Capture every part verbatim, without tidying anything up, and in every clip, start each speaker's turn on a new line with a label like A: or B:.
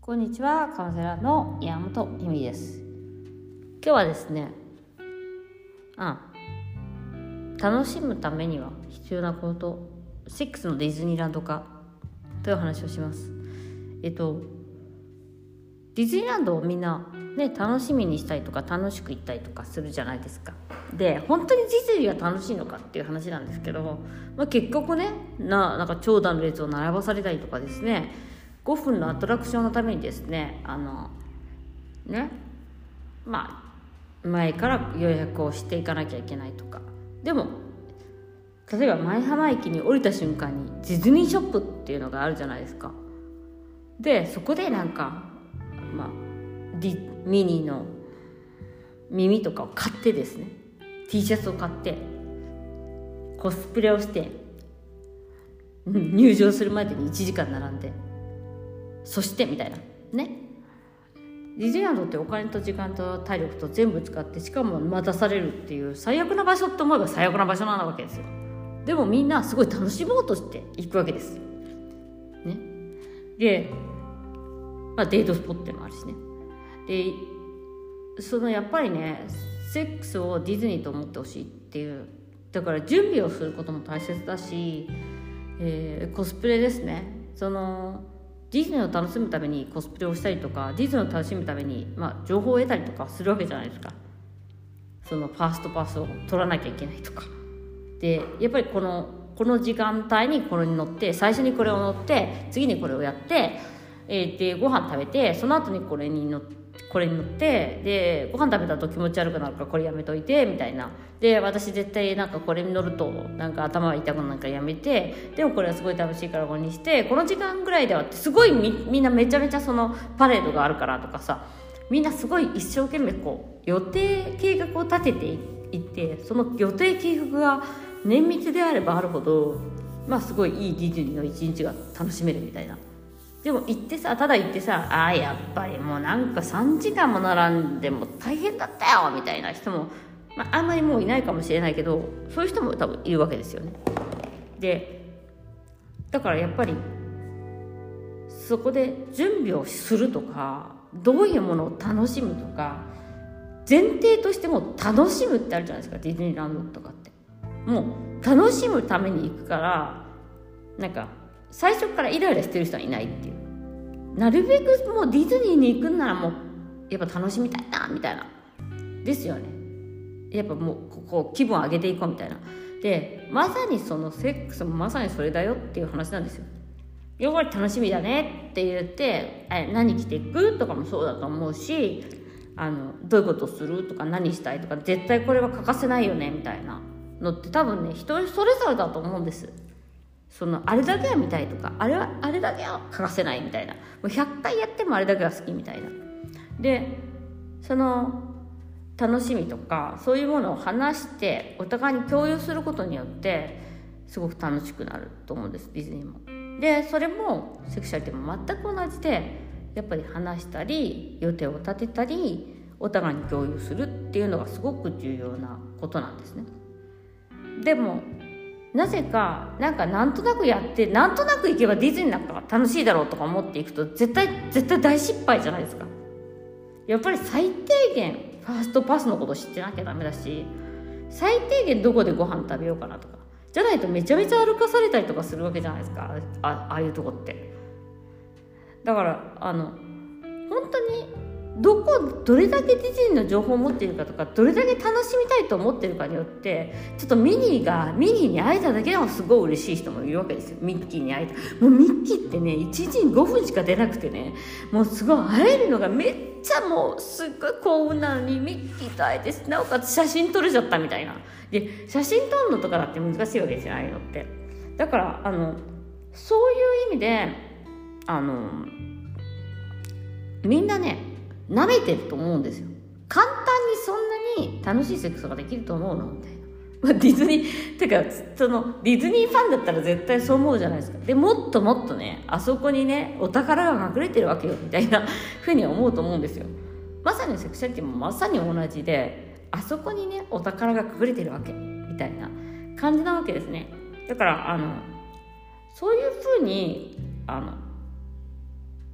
A: こんにちは、カウンセラーの山本由美です。今日はですね、あ楽しむためには必要なこと、セックスのディズニーランド化という話をします。えっとディズニーランドをみんなね楽しみにしたりとか楽しく行ったりとかするじゃないですか。で本当にディズニーは楽しいのかっていう話なんですけど、まあ、結局ねななんか長蛇の列を並ばされたりとかですね、ごふんのアトラクションのためにですねあのねまあ前から予約をしていかなきゃいけないとか。でも例えば舞浜駅に降りた瞬間にディズニーショップっていうのがあるじゃないですか。でそこでなんかまあディミニーの耳とかを買ってですね T シャツを買ってコスプレをして入場するまでにいちじかん並んで、そしてみたいなね。ディズニーランドってお金と時間と体力と全部使って、しかも待たされるっていう最悪な場所って思えば最悪な場所なわけですよ。でもみんなすごい楽しもうとして行くわけですね。で、まあ、デートスポットもあるしね。でそのやっぱりねセックスをディズニーと思ってほしいっていう、だから準備をすることも大切だし、えー、コスプレですね。そのディズニーを楽しむためにコスプレをしたりとか、ディズニーを楽しむために、まあ、情報を得たりとかするわけじゃないですか。そのファーストパスを取らなきゃいけないとかで、やっぱりこのこの時間帯にこれに乗って、最初にこれを乗って次にこれをやって、えー、でご飯食べて、その後にこれに乗ってこれに乗って、でご飯食べた後気持ち悪くなるからこれやめといてみたいな。で私絶対なんかこれに乗るとなんか頭が痛くなるからやめて、でもこれはすごい楽しいからこれにして、この時間ぐらいではってすごい み, みんなめちゃめちゃそのパレードがあるからとかさ、みんなすごい一生懸命こう予定計画を立てていって、その予定計画が綿密であればあるほど、まあすごいいいディズニーの一日が楽しめるみたいな。でも行ってさ、ただ行ってさ、あーやっぱりもうなんかさんじかんも並んでも大変だったよみたいな人も、まあ、あんまりもういないかもしれないけど、そういう人も多分いるわけですよね。でだからやっぱりそこで準備をするとか、どういうものを楽しむとか、前提としても楽しむってあるじゃないですか。ディズニーランドとかってもう楽しむために行くから、なんか最初からイライラしてる人はいないっていう。なるべくもうディズニーに行くんならもうやっぱ楽しみたいなみたいなですよね。やっぱもうここ気分を上げていこうみたいな。でまさにそのセックスもまさにそれだよっていう話なんですよ。やっぱり楽しみだねって言って、え何着ていくとかもそうだと思うし、あのどういうことするとか何したいとか、絶対これは欠かせないよねみたいなのって多分ね人それぞれだと思うんです。そのあれだけは見たいとか、あれはあれだけは欠かせないみたいな、もうひゃっかいやってもあれだけは好きみたいな。でその楽しみとかそういうものを話してお互いに共有することによってすごく楽しくなると思うんです、ディズニーも。でそれもセクシャリティも全く同じで、やっぱり話したり予定を立てたりお互いに共有するっていうのがすごく重要なことなんですね。でもなぜかなんかなんとなくやって、なんとなく行けばディズニーなんか楽しいだろうとか思っていくと絶対絶対大失敗じゃないですか。やっぱり最低限ファーストパスのこと知ってなきゃダメだし、最低限どこでご飯食べようかなとかじゃないとめちゃめちゃ歩かされたりとかするわけじゃないですか、あ あ, ああいうとこって。だからあの本当にどこどれだけディズニーの情報を持っているかとか、どれだけ楽しみたいと思っているかによって、ちょっとミニーがミニーに会えただけでもすごい嬉しい人もいるわけですよ。ミッキーに会えた、もうミッキーってねいちにちにごふんしか出なくてね、もうすごい会えるのがめっちゃもうすっごい幸運なのに、ミッキーと会えてなおかつ写真撮れちゃったみたいな。で写真撮るのとかだって難しいわけですよ、ああいうのって。だからあのそういう意味であのみんなね舐めてると思うんですよ。簡単にそんなに楽しいセックスができると思うのみたいな、まあ、ディズニーてかそのディズニーファンだったら絶対そう思うじゃないですか。でもっともっとねあそこにねお宝が隠れてるわけよみたいなふうに思うと思うんですよ。まさにセクシャリティもまさに同じで、あそこにねお宝が隠れてるわけみたいな感じなわけですね。だからあのそういうふうにあの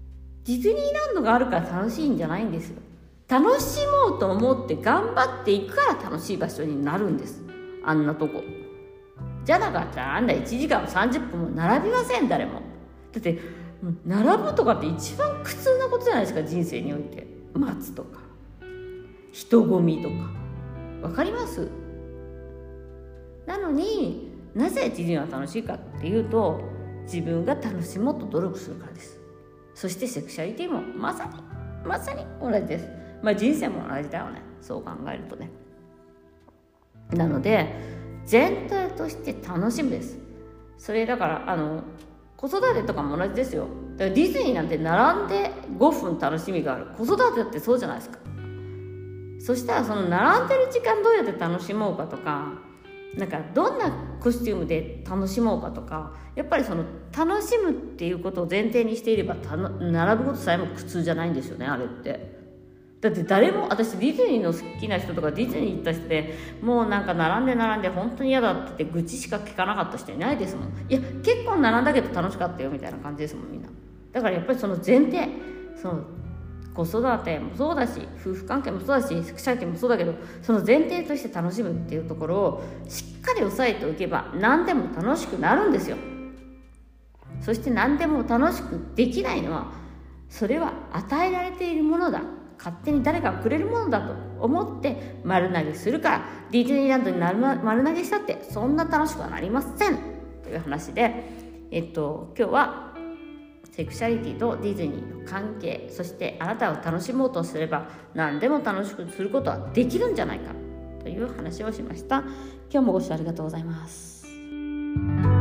A: ディズニーランドがあるから楽しいんじゃないんですよ。楽しもうと思って頑張っていくから楽しい場所になるんです。あんなとこじゃなかったらあんないちじかんもさんじゅっぷんも並びません、誰も。だって並ぶとかって一番苦痛なことじゃないですか、人生において。待つとか人混みとかわかります？なのになぜディズニーは楽しいかっていうと、自分が楽しもうと努力するからです。そしてセクシャリティもまさにまさに同じです。まあ人生も同じだよね、そう考えるとね。なので全体として楽しむです。それだからあの子育てとかも同じですよ。だからディズニーなんて並んでごふん楽しみがある。子育てだってそうじゃないですか。そしたらその並んでる時間どうやって楽しもうかとか、なんかどんなコスチュームで楽しもうかとか、やっぱりその楽しむっていうことを前提にしていればたの並ぶことさえも苦痛じゃないんですよね、あれって。だって誰も、私ディズニーの好きな人とかディズニー行った人でもうなんか並んで並んで本当に嫌だって愚痴しか聞かなかった人いないですもん。いや結構並んだけど楽しかったよみたいな感じですもん、みんな。だからやっぱりその前提、その子育てもそうだし夫婦関係もそうだしセクシャリティもそうだけど、その前提として楽しむっていうところをしっかり押さえておけば何でも楽しくなるんですよ。そして何でも楽しくできないのは、それは与えられているものだ、勝手に誰かがくれるものだと思って丸投げするから、ディズニーランドになる丸投げしたってそんな楽しくはなりませんという話で、えっと今日はセクシャリティとディズニーの関係、そしてあなたを楽しもうとすれば何でも楽しくすることはできるんじゃないかという話をしました。今日もご視聴ありがとうございます。